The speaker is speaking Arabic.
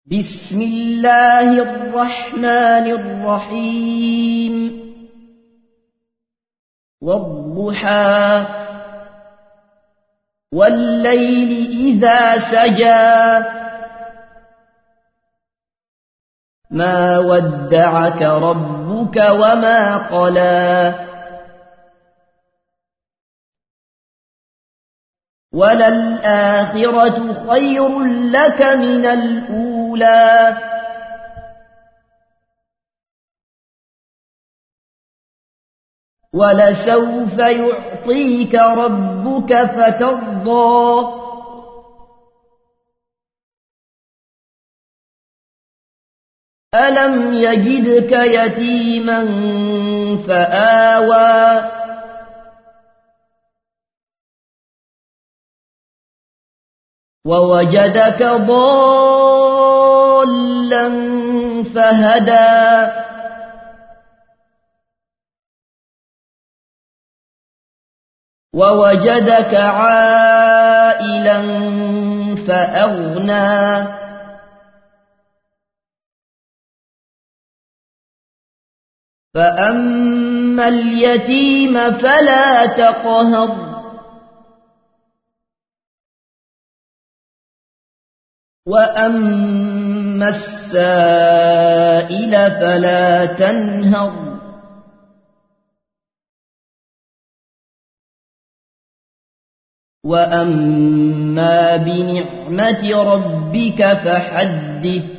بسم الله الرحمن الرحيم والضحى والليل إذا سجى ما ودعك ربك وما قلى وللآخرة خير لك من الأولى ولسوف يعطيك ربك فترضى ألم يجدك يتيما فآوى ووجدك ضالا فهدى ووجدك عائلا فأغنى فأما اليتيم فلا تقهر وأما السائل فلا تنهر وأما بنعمة ربك فحدث